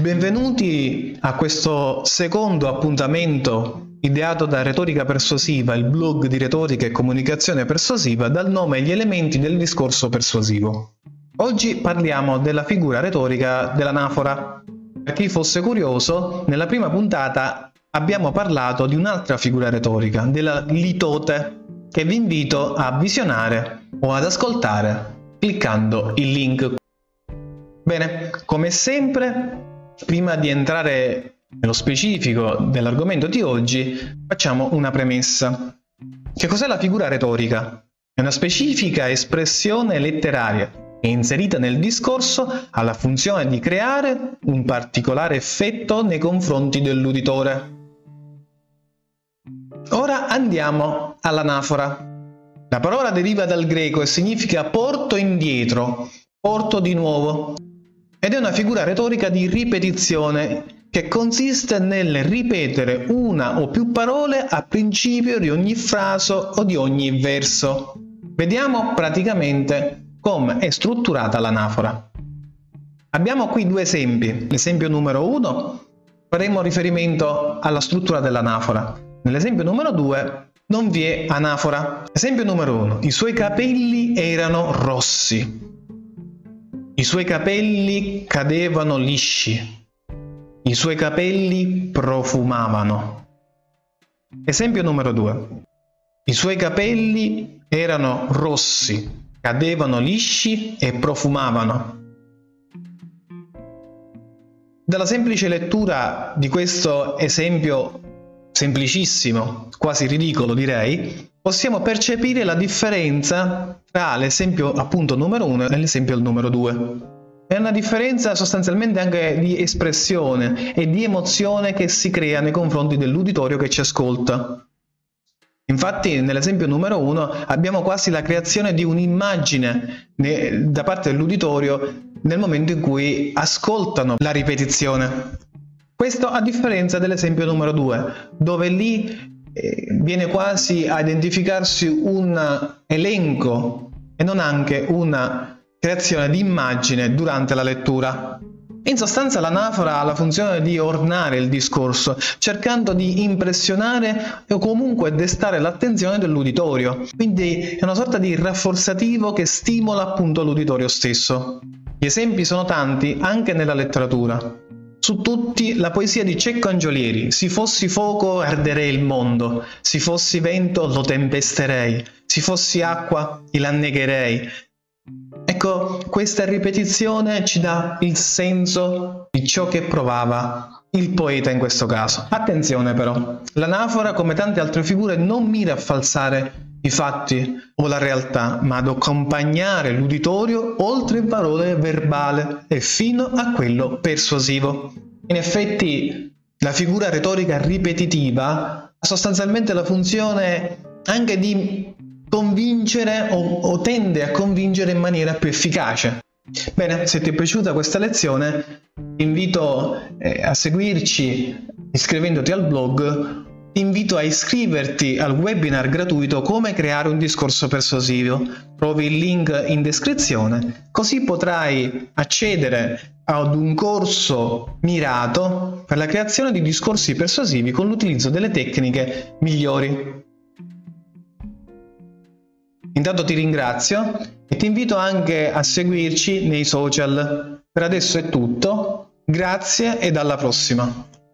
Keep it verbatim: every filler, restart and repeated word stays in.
Benvenuti a questo secondo appuntamento ideato da Retorica Persuasiva, il blog di retorica e comunicazione persuasiva dal nome Gli elementi del discorso persuasivo. Oggi parliamo della figura retorica dell'anafora. Per chi fosse curioso, nella prima puntata abbiamo parlato di un'altra figura retorica, della litote, che vi invito a visionare o ad ascoltare cliccando il link. Bene, come sempre, prima di entrare nello specifico dell'argomento di oggi, facciamo una premessa. Che cos'è la figura retorica? È una specifica espressione letteraria che, inserita nel discorso, ha la funzione di creare un particolare effetto nei confronti dell'uditore. Ora andiamo all'anafora. La parola deriva dal greco e significa porto indietro, porto di nuovo. Ed è una figura retorica di ripetizione che consiste nel ripetere una o più parole a principio di ogni frase o di ogni verso. Vediamo praticamente come è strutturata l'anafora. Abbiamo qui due esempi. L'esempio numero uno, faremo riferimento alla struttura dell'anafora. Nell'esempio numero due non vi è anafora. Esempio numero uno, i suoi capelli erano rossi. I suoi capelli cadevano lisci. I suoi capelli profumavano. Esempio numero due. I suoi capelli erano rossi, cadevano lisci e profumavano. Dalla semplice lettura di questo esempio semplicissimo, quasi ridicolo direi, possiamo percepire la differenza tra l'esempio appunto numero uno e l'esempio numero due. È una differenza sostanzialmente anche di espressione e di emozione che si crea nei confronti dell'uditorio che ci ascolta. Infatti nell'esempio numero uno abbiamo quasi la creazione di un'immagine da parte dell'uditorio nel momento in cui ascoltano la ripetizione. Questo a differenza dell'esempio numero due, dove lì eh, viene quasi a identificarsi un elenco e non anche una creazione di immagine durante la lettura. In sostanza l'anafora ha la funzione di ornare il discorso, cercando di impressionare o comunque destare l'attenzione dell'uditorio. Quindi è una sorta di rafforzativo che stimola appunto l'uditorio stesso. Gli esempi sono tanti anche nella letteratura. Su tutti la poesia di Cecco Angiolieri: se fossi fuoco arderei il mondo, se fossi vento lo tempesterei, se fossi acqua il annegherei. Ecco, questa ripetizione ci dà il senso di ciò che provava il poeta in questo caso. Attenzione però, l'anafora, come tante altre figure, non mira a falsare i fatti o la realtà, ma ad accompagnare l'uditorio oltre il valore verbale e fino a quello persuasivo. In effetti la figura retorica ripetitiva ha sostanzialmente la funzione anche di convincere o, o tende a convincere in maniera più efficace. Bene, se ti è piaciuta questa lezione ti invito eh, a seguirci iscrivendoti al blog. Ti invito a iscriverti al webinar gratuito Come creare un discorso persuasivo. Trovi il link in descrizione, così potrai accedere ad un corso mirato per la creazione di discorsi persuasivi con l'utilizzo delle tecniche migliori. Intanto ti ringrazio e ti invito anche a seguirci nei social. Per adesso è tutto, grazie ed alla prossima.